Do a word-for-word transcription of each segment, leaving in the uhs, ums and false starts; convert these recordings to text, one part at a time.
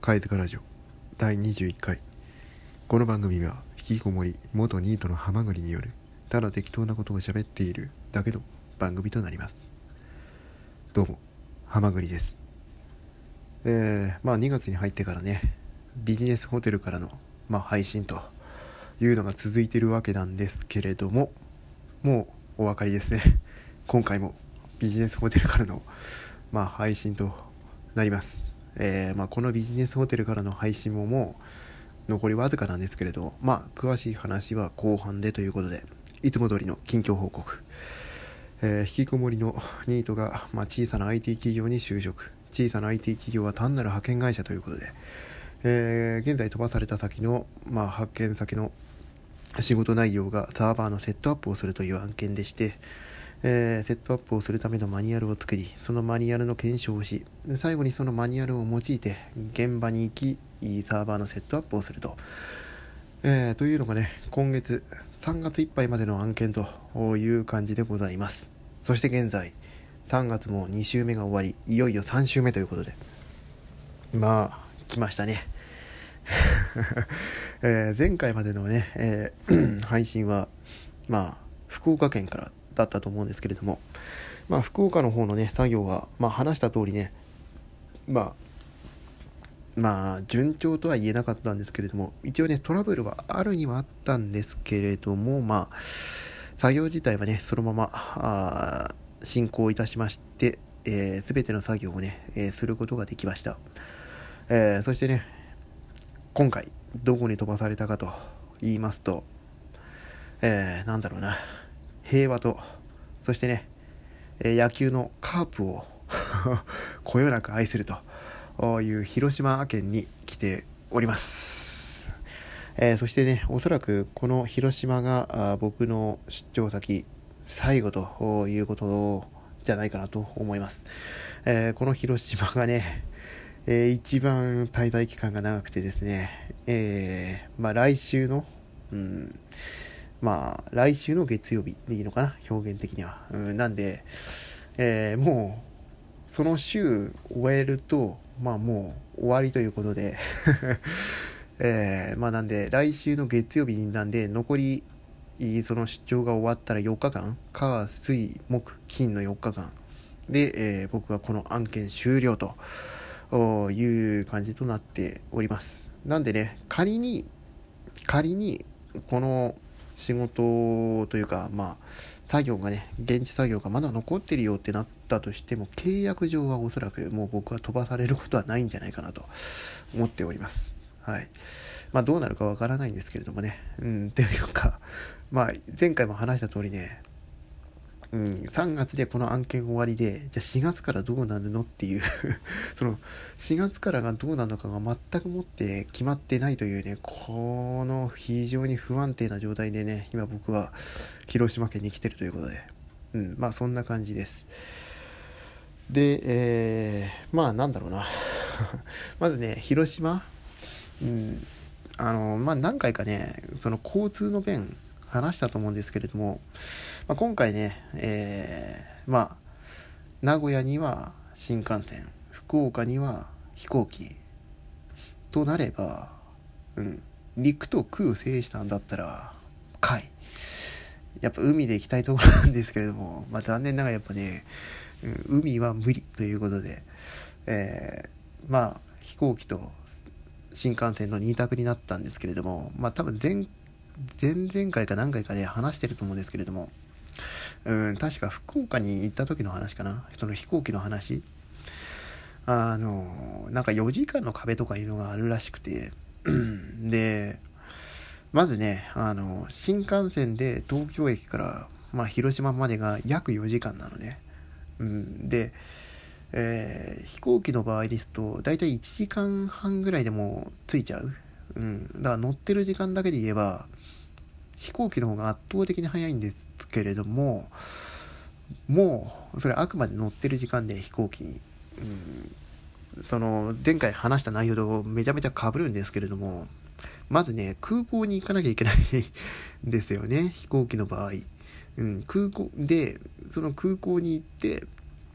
貝塚ラジオだいにじゅういっかい。この番組は引きこもり元ニートのハマグリによるただ適当なことを喋っているだけの番組となります。どうもハマグリです。えー、まあにがつに入ってからね、ビジネスホテルからの、まあ、配信というのが続いているわけなんですけれども、もうお分かりですね。今回もビジネスホテルからの、まあ、配信となります。えーまあ、このビジネスホテルからの配信ももう残りわずかなんですけれど、まあ、詳しい話は後半でということで、いつも通りの近況報告。えー、引きこもりのニートが、まあ、小さな アイティー 企業に就職。小さな アイティー 企業は単なる派遣会社ということで、えー、現在飛ばされた先の、まあ、派遣先の仕事内容がサーバーのセットアップをするという案件でして、えー、セットアップをするためのマニュアルを作り、そのマニュアルの検証をし、最後にそのマニュアルを用いて現場に行きサーバーのセットアップをすると、えー、というのがね、今月さんがついっぱいまでの案件という感じでございます。そして現在さんがつもに週目が終わり、いよいよさん週目ということで、まあ来ましたね。えー、前回までのね、えー、配信はまあ福岡県からだったと思うんですけれども、まあ福岡の方のね作業は、まあ話した通りね、まあまあ順調とは言えなかったんですけれども、一応ねトラブルはあるにはあったんですけれども、まあ作業自体はねそのままあ進行いたしまして、えー、全ての作業をね、えー、することができました。えー、そしてね、今回どこに飛ばされたかと言いますと、えー、なんだろうな、平和と、そしてね、野球のカープをこよなく愛するという広島県に来ております。えー、そしてね、おそらくこの広島が僕の出張先最後ということじゃないかなと思います。えー、この広島がね、えー、一番滞在期間が長くてですね、えー、まあ来週の、うん、まあ来週の月曜日でいいのかな、表現的には。うん、なんで、えー、もうその週終えると、まあもう終わりということで、えー、まあなんで来週の月曜日なんで、残りその出張が終わったらよっかかん、火水木金のよっかかんで、えー、僕はこの案件終了という感じとなっております。なんでね、仮に仮にこの仕事というか、まあ作業がね、現地作業がまだ残ってるよってなったとしても、契約上はおそらくもう僕は飛ばされることはないんじゃないかなと思っております。はい。まあどうなるかわからないんですけれどもね、うんというか、まあ前回も話した通りね、うん、さんがつでこの案件終わりで、じゃあしがつからどうなるのっていうそのしがつからがどうなるのかが全くもって決まってないというね、この非常に不安定な状態でね、今僕は広島県に来てるということで、うん、まあそんな感じです。で、えー、まあなんだろうなまずね、広島、うん、あのまあ何回かね、その交通の便話したと思うんですけれども、まあ、今回ね、えー、まあ名古屋には新幹線、福岡には飛行機となれば、うん、陸と空を制したんだったら海、やっぱ海で行きたいところなんですけれども、まあ残念ながらやっぱね、うん、海は無理ということで、えー、まあ飛行機と新幹線のに択になったんですけれども、まあ多分前前々回か何回かで話してると思うんですけれども、うん、確か福岡に行った時の話かな、その飛行機の話、あのなんかよじかんの壁とかいうのがあるらしくてでまずね、あの新幹線で東京駅から、まあ、広島までが約よじかんなのね、うん、で、えー、飛行機の場合ですとだいたいいちじかんはんぐらいでも着いちゃう、うん、だから乗ってる時間だけで言えば飛行機の方が圧倒的に早いんですけれども、もうそれあくまで乗ってる時間で飛行機に、うん、その前回話した内容とめちゃめちゃ被るんですけれども、まずね空港に行かなきゃいけないんですよね、飛行機の場合、うん、空港でその空港に行って、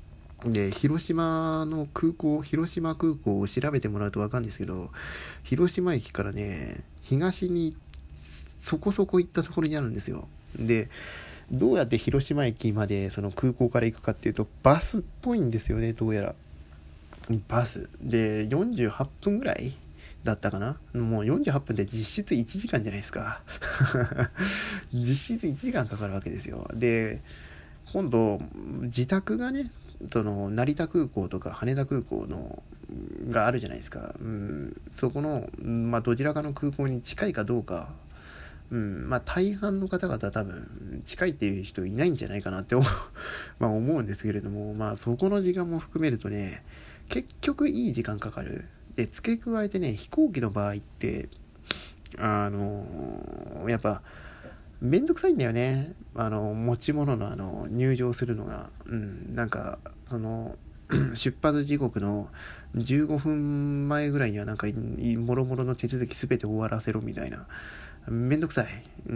で、広島の空港、広島空港を調べてもらうと分かるんですけど、広島駅からね、東にそこそこ行ったところにあるんですよ。で、どうやって広島駅までその空港から行くかっていうと、バスっぽいんですよね、どうやら。バス。で、よんじゅうはっぷんぐらいだったかな。もうよんじゅうはっぷんで実質いちじかんじゃないですか。実質いちじかんかかるわけですよ。で、今度、自宅がね、その成田空港とか羽田空港のがあるじゃないですか、うん、そこの、まあ、どちらかの空港に近いかどうか、うんまあ、大半の方々は多分近いっていう人いないんじゃないかなって思う、まあ、思うんですけれども、まあ、そこの時間も含めるとね結局いい時間かかる。で付け加えてね飛行機の場合ってあのー、やっぱめんどくさいんだよね。あの持ち物のあの入場するのが、うん、なんかその出発時刻のじゅうごふんまえぐらいにはなんかもろもろの手続きすべて終わらせろみたいな、めんどくさい、うん、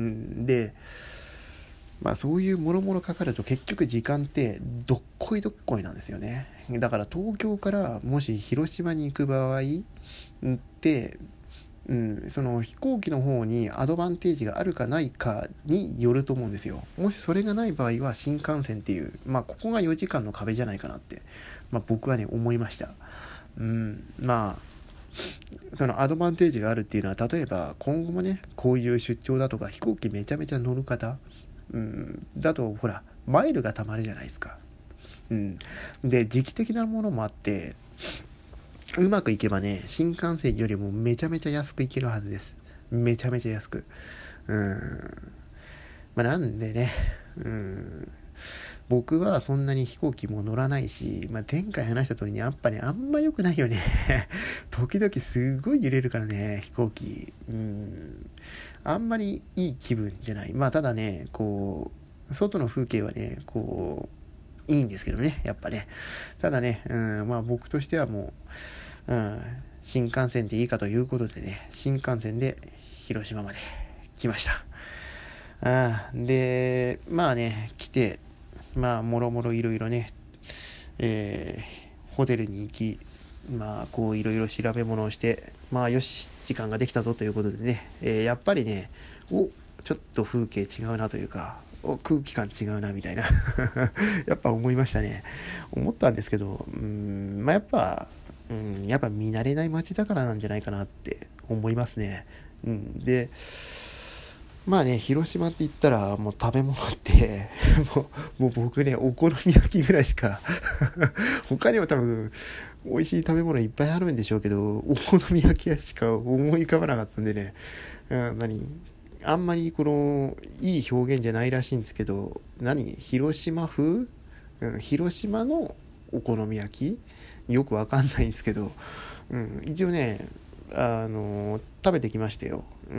でまあそういうもろもろかかると結局時間ってどっこいどっこいなんですよね。だから東京からもし広島に行く場合ってうん、その飛行機の方にアドバンテージがあるかないかによると思うんですよ。もしそれがない場合は新幹線っていう、まあここがよじかんの壁じゃないかなって、まあ、僕はね思いました。うん、まあそのアドバンテージがあるっていうのは例えば今後もねこういう出張だとか飛行機めちゃめちゃ乗る方、うん、だとほらマイルがたまるじゃないですか。うん、で時期的なものもあってうまくいけばね新幹線よりもめちゃめちゃ安く行けるはずです。めちゃめちゃ安く。うーんまあなんでねうん僕はそんなに飛行機も乗らないし、まあ、前回話した通りにやっぱねあんま良くないよね時々すごい揺れるからね飛行機。うんあんまりいい気分じゃない。まあただねこう外の風景はねこういいんですけどねやっぱね。ただねうんまあ僕としてはもううん、新幹線でいいかということでね新幹線で広島まで来ました。あでまあね来てまあもろもろいろいろね、えー、ホテルに行きまあこういろいろ調べ物をしてまあよし時間ができたぞということでね、えー、やっぱりねおちょっと風景違うなというかお空気感違うなみたいなやっぱ思いましたね。思ったんですけどうんまあやっぱうん、やっぱ見慣れない街だからなんじゃないかなって思いますね。うん、で、まあね、広島って言ったらもう食べ物ってもう、もう僕ね、お好み焼きぐらいしか他にも多分美味しい食べ物いっぱいあるんでしょうけど、お好み焼き屋しか思い浮かばなかったんでね、うん、何あんまりこのいい表現じゃないらしいんですけど、何広島風、うん、広島のお好み焼きよくわかんないんですけど、うん、一応ねあの食べてきましたよ。うん、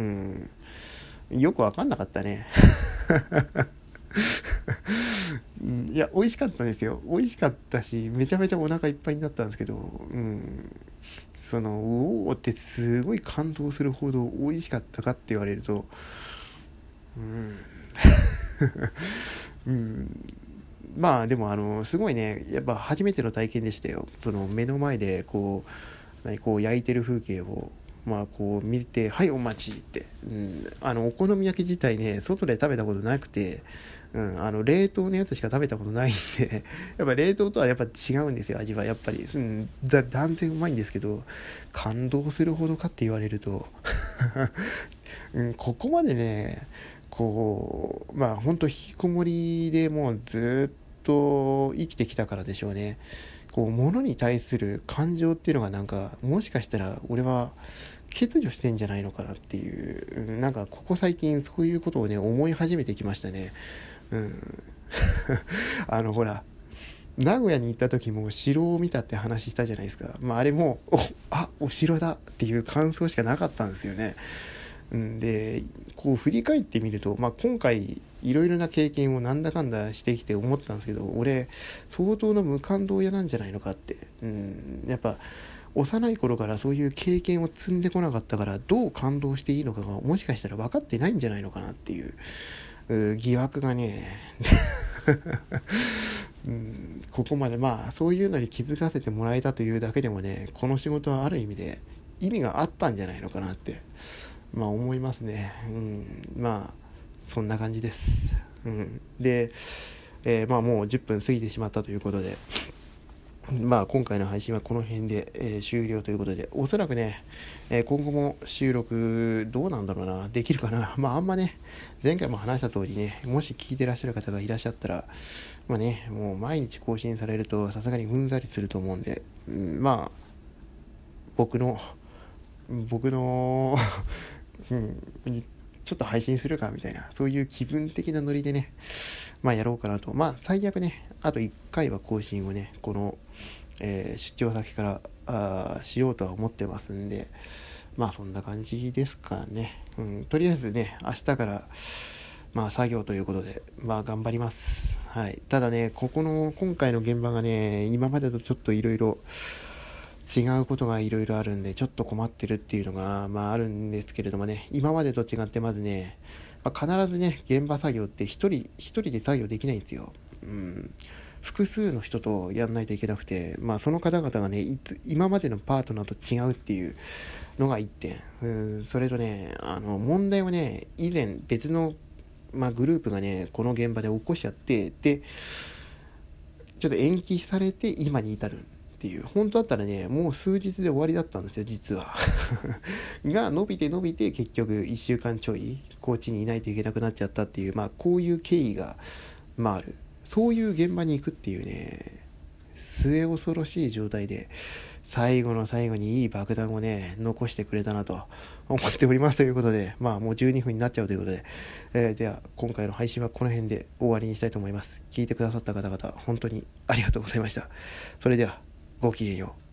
よくわかんなかったねいや美味しかったですよ。美味しかったしめちゃめちゃお腹いっぱいになったんですけど、うん、そのおおってすごい感動するほど美味しかったかって言われるとうん、うん、まあでもあのすごいねやっぱ初めての体験でしたよ。その目の前でこう何こう焼いてる風景をまあこう見てはいお待ちって、うん、あのお好み焼き自体ね外で食べたことなくて、うん、あの冷凍のやつしか食べたことないんでやっぱ冷凍とはやっぱ違うんですよ味はやっぱり、うん、だ断然うまいんですけど感動するほどかって言われると、うん、ここまでねこうまあ本当引きこもりでもうずっと生きてきたからでしょうね。こう物に対する感情っていうのがなんかもしかしたら俺は欠如してんじゃないのかなっていうなんかここ最近そういうことをね思い始めてきましたね。うんあのほら名古屋に行った時も城を見たって話したじゃないですか。まああれもおあお城だっていう感想しかなかったんですよね。うんでこう振り返ってみると、まあ、今回いろいろな経験をなんだかんだしてきて思ったんですけど俺相当の無感動屋なんじゃないのかって、うん、やっぱ幼い頃からそういう経験を積んでこなかったからどう感動していいのかがもしかしたら分かってないんじゃないのかなっていう、う疑惑がねうん、ここまでまあそういうのに気づかせてもらえたというだけでもね、この仕事はある意味で意味があったんじゃないのかなってまあ思いますね。うん、まあそんな感じです。うん、で、えー、まあもうじゅっぷん過ぎてしまったということで、まあ今回の配信はこの辺で、えー、終了ということで、おそらくね、えー、今後も収録どうなんだろうな、できるかな。まああんまね、前回も話した通りね、もし聞いてらっしゃる方がいらっしゃったら、まあね、もう毎日更新されるとさすがにうんざりすると思うんで、うん、まあ僕の僕のうん、ちょっと配信するかみたいな、そういう気分的なノリでね、まあやろうかなと。まあ最悪ね、あといっかいは更新をね、この、えー出張先からあしようとは思ってますんで、まあそんな感じですかね。うん、とりあえずね、明日から、まあ作業ということで、まあ頑張ります。はい。ただね、ここの、今回の現場がね、今までとちょっといろいろ、違うことがいろいろあるんで、ちょっと困ってるっていうのが、まああるんですけれどもね、今までと違ってまずね、まあ、必ずね、現場作業って一人、一人で作業できないんですよ。うん。複数の人とやんないといけなくて、まあその方々がね、いつ今までのパートナーと違うっていうのが一点。うん、それとね、あの、問題をね、以前別の、まあ、グループがね、この現場で起こしちゃって、で、ちょっと延期されて今に至るっていう、本当だったらね、もう数日で終わりだったんですよ、実は。が、伸びて伸びて、結局いっしゅうかんちょい、高知にいないといけなくなっちゃったっていう、まあ、こういう経緯が、まあ、ある。そういう現場に行くっていうね、末恐ろしい状態で、最後の最後にいい爆弾をね、残してくれたなと思っておりますということで、まあもうじゅうにふんになっちゃうということで、えー、では今回の配信はこの辺で終わりにしたいと思います。聞いてくださった方々、本当にありがとうございました。それでは、ごきげんよう。